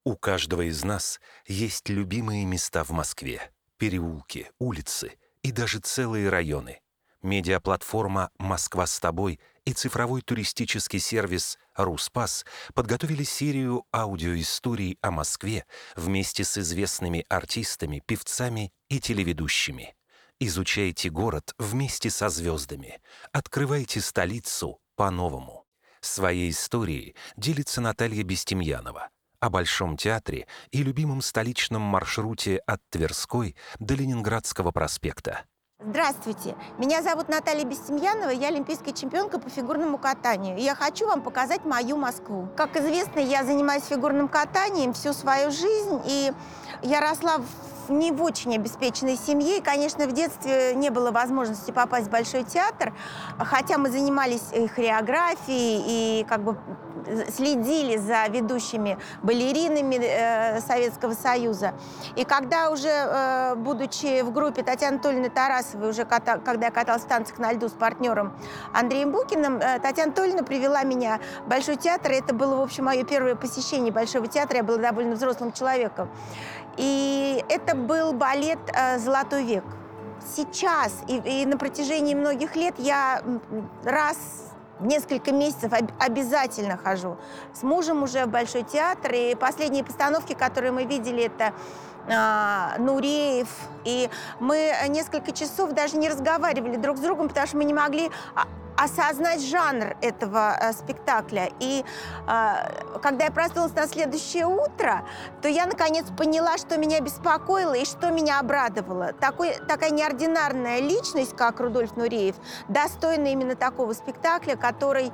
У каждого из нас есть любимые места в Москве. Переулки, улицы и даже целые районы. Медиаплатформа «Москва с тобой» и цифровой туристический сервис «Руспас» подготовили серию аудиоисторий о Москве вместе с известными артистами, певцами и телеведущими. Изучайте город вместе со звездами. Открывайте столицу по-новому. Своей историей делится Наталья Бестемьянова о Большом театре и любимом столичном маршруте от Тверской до Ленинградского проспекта. Здравствуйте, меня зовут Наталья Бестемьянова, я олимпийская чемпионка по фигурному катанию. И я хочу вам показать мою Москву. Как известно, я занимаюсь фигурным катанием всю свою жизнь, и я росла не в очень обеспеченной семье. И, конечно, в детстве не было возможности попасть в Большой театр, хотя мы занимались и хореографией, и следили за ведущими балеринами Советского Союза. И когда уже, будучи в группе Татьяны Анатольевны Тарасовой, когда я каталась в танцах на льду с партнером Андреем Букиным, Татьяна Анатольевна привела меня в Большой театр. И это было, в общем, мое первое посещение Большого театра. Я была довольно взрослым человеком. И это был балет «Золотой век». Сейчас и на протяжении многих лет я раз в несколько месяцев обязательно хожу с мужем уже в Большой театр. И последние постановки, которые мы видели, это Нуреев. И мы несколько часов даже не разговаривали друг с другом, потому что мы не могли осознать жанр этого спектакля. И когда я проснулась на следующее утро, то я наконец поняла, что меня беспокоило и что меня обрадовало. Такая неординарная личность, как Рудольф Нуреев, достойна именно такого спектакля, который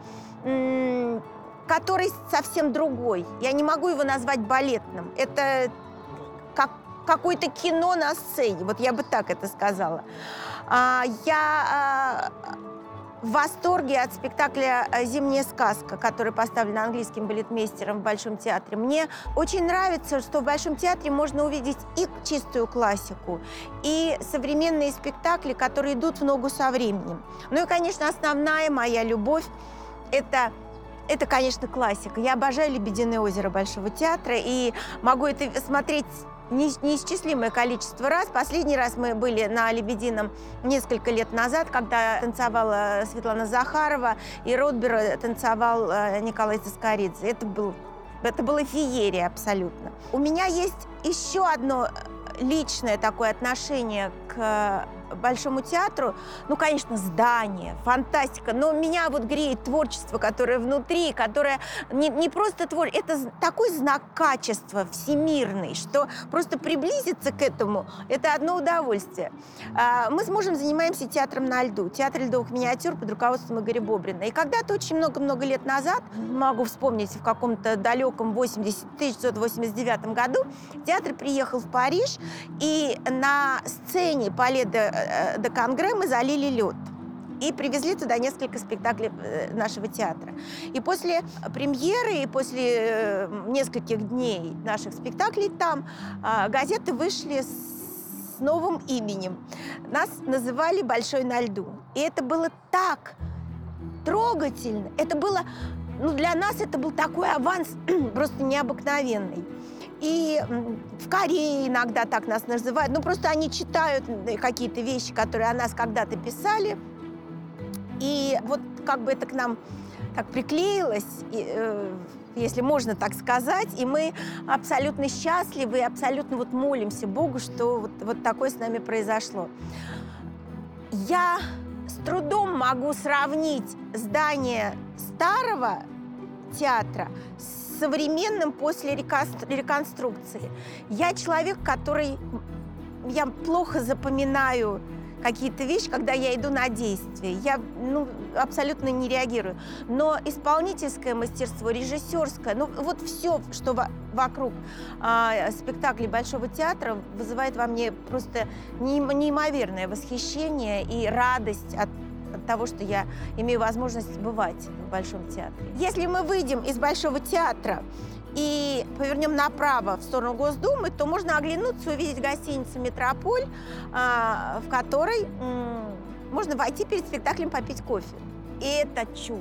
совсем другой. Я не могу его назвать балетным. Это как какое-то кино на сцене. Вот я бы так это сказала. Я в восторге от спектакля «Зимняя сказка», который поставлен английским балетмейстером в Большом театре. Мне очень нравится, что в Большом театре можно увидеть и чистую классику, и современные спектакли, которые идут в ногу со временем. Ну и, конечно, основная моя любовь – это, конечно, классика. Я обожаю «Лебединое озеро» Большого театра и могу это смотреть неисчислимое количество раз. Последний раз мы были на «Лебедином» несколько лет назад, когда танцевала Светлана Захарова, и Ротбера танцевал Николай Заскоридзе. Это было феерия абсолютно. У меня есть еще одно личное такое отношение к Большому театру. Ну, конечно, здание, фантастика, но меня вот греет творчество, которое внутри, которое не просто творчество, это такой знак качества всемирный, что просто приблизиться к этому – это одно удовольствие. Мы с мужем занимаемся театром на льду, театр ледовых миниатюр под руководством Игоря Бобрина. И когда-то очень много-много лет назад, могу вспомнить, в каком-то далеком 1989 году, театр приехал в Париж, и на сцене Palais de Congrès мы залили лед и привезли туда несколько спектаклей нашего театра. И после премьеры, и после нескольких дней наших спектаклей там газеты вышли с новым именем. Нас называли «Большой на льду». И это было так трогательно. Это было, для нас это был такой аванс просто необыкновенный. И в Корее иногда так нас называют. Просто они читают какие-то вещи, которые о нас когда-то писали. И вот как бы это к нам так приклеилось, если можно так сказать. И мы абсолютно счастливы и абсолютно молимся Богу, что вот такое с нами произошло. Я с трудом могу сравнить здание старого театра с современным после реконструкции. Я человек, я плохо запоминаю какие-то вещи, когда я иду на действие. Я абсолютно не реагирую. Но исполнительское мастерство, режиссерское, все, что вокруг спектаклей Большого театра, вызывает во мне просто неимоверное восхищение и радость от того, что я имею возможность бывать в Большом театре. Если мы выйдем из Большого театра и повернем направо в сторону Госдумы, то можно оглянуться и увидеть гостиницу «Метрополь», в которой можно войти перед спектаклем попить кофе. И это чудо.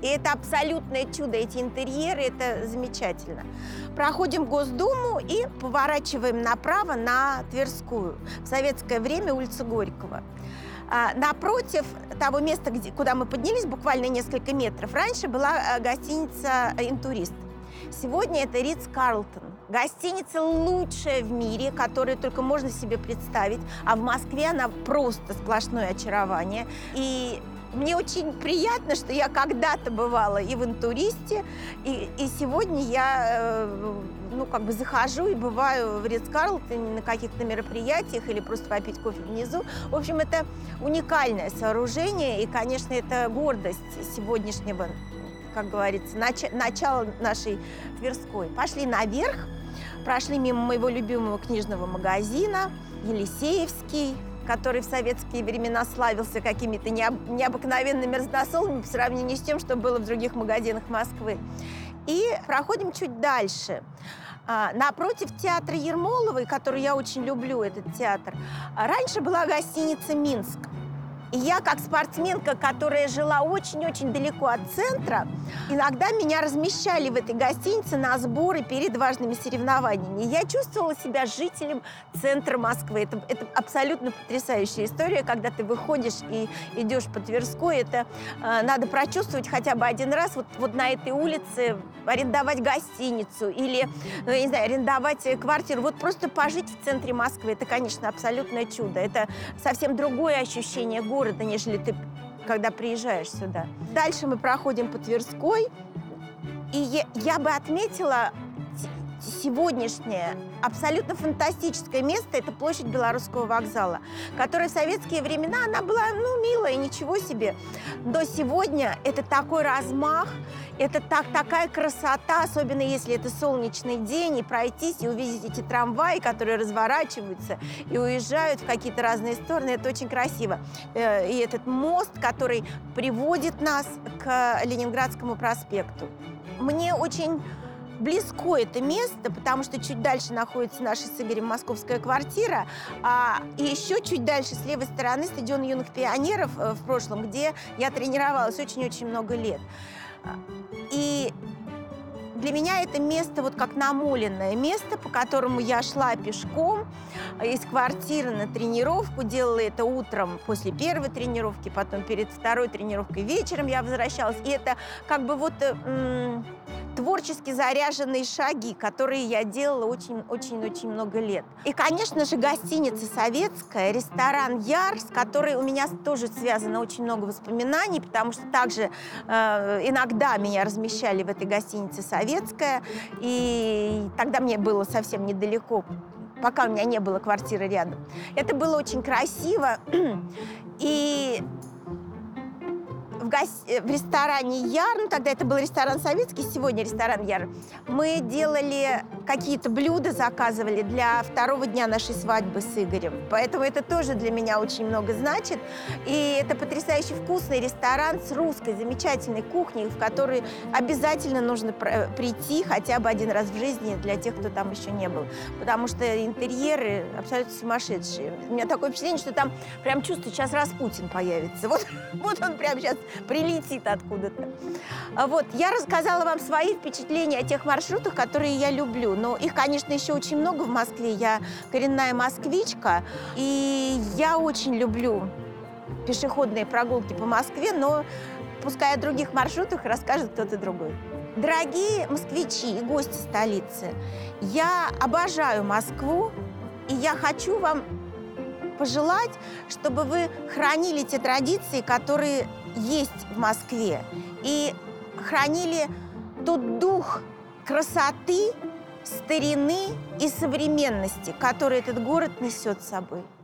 И это абсолютное чудо, эти интерьеры, это замечательно. Проходим Госдуму и поворачиваем направо на Тверскую. В советское время улица Горького. Напротив того места, куда мы поднялись, буквально несколько метров, раньше была гостиница «Интурист». Сегодня это Ритц-Карлтон. Гостиница лучшая в мире, которую только можно себе представить. А в Москве она просто сплошное очарование. И мне очень приятно, что я когда-то бывала и в «Интуристе», и сегодня я захожу и бываю в Ритц-Карлтоне на каких-то мероприятиях или просто попить кофе внизу. В общем, это уникальное сооружение, и, конечно, это гордость сегодняшнего, как говорится, начала нашей Тверской. Пошли наверх, прошли мимо моего любимого книжного магазина «Елисеевский», который в советские времена славился какими-то необыкновенными разносолами по сравнению с тем, что было в других магазинах Москвы. И проходим чуть дальше. Напротив театра Ермоловой, который я очень люблю, этот театр, раньше была гостиница «Минск». И я, как спортсменка, которая жила очень-очень далеко от центра, иногда меня размещали в этой гостинице на сборы перед важными соревнованиями. И я чувствовала себя жителем центра Москвы. Это абсолютно потрясающая история, когда ты выходишь и идешь по Тверской. Это надо прочувствовать хотя бы один раз вот на этой улице, арендовать гостиницу или, я не знаю, арендовать квартиру. Вот просто пожить в центре Москвы. Это, конечно, абсолютное чудо. Это совсем другое ощущение города, нежели ты, когда приезжаешь сюда. Дальше мы проходим по Тверской, и я бы отметила сегодняшнее абсолютно фантастическое место – это площадь Белорусского вокзала, которая в советские времена, она была, милая, ничего себе. Но сегодня это такой размах, это такая красота, особенно если это солнечный день, и пройтись, и увидеть эти трамваи, которые разворачиваются и уезжают в какие-то разные стороны. Это очень красиво. И этот мост, который приводит нас к Ленинградскому проспекту. Мне очень близко это место, потому что чуть дальше находится наша с Игорем московская квартира, и еще чуть дальше, с левой стороны, стадион юных пионеров в прошлом, где я тренировалась очень-очень много лет. И для меня это место вот как намоленное место, по которому я шла пешком из квартиры на тренировку, делала это утром после первой тренировки, потом перед второй тренировкой вечером я возвращалась. И это как бы творчески заряженные шаги, которые я делала очень-очень много лет. И, конечно же, гостиница советская, ресторан «Яр», с которой у меня тоже связано очень много воспоминаний, потому что также иногда меня размещали в этой гостинице «Советская», и тогда мне было совсем недалеко, пока у меня не было квартиры рядом. Это было очень красиво, и в ресторане «Яр», тогда это был ресторан советский, сегодня ресторан «Яр», мы делали какие-то блюда, заказывали для второго дня нашей свадьбы с Игорем. Поэтому это тоже для меня очень много значит. И это потрясающе вкусный ресторан с русской замечательной кухней, в который обязательно нужно прийти хотя бы один раз в жизни для тех, кто там еще не был. Потому что интерьеры абсолютно сумасшедшие. У меня такое впечатление, что там прям чувствую, сейчас Распутин появится. Вот он прямо сейчас прилетит откуда-то. Я рассказала вам свои впечатления о тех маршрутах, которые я люблю. Но их, конечно, еще очень много в Москве. Я коренная москвичка, и я очень люблю пешеходные прогулки по Москве, но пускай о других маршрутах расскажет кто-то другой. Дорогие москвичи и гости столицы, я обожаю Москву, и я хочу вам пожелать, чтобы вы хранили те традиции, которые есть в Москве, и хранили тот дух красоты, старины и современности, который этот город несет с собой.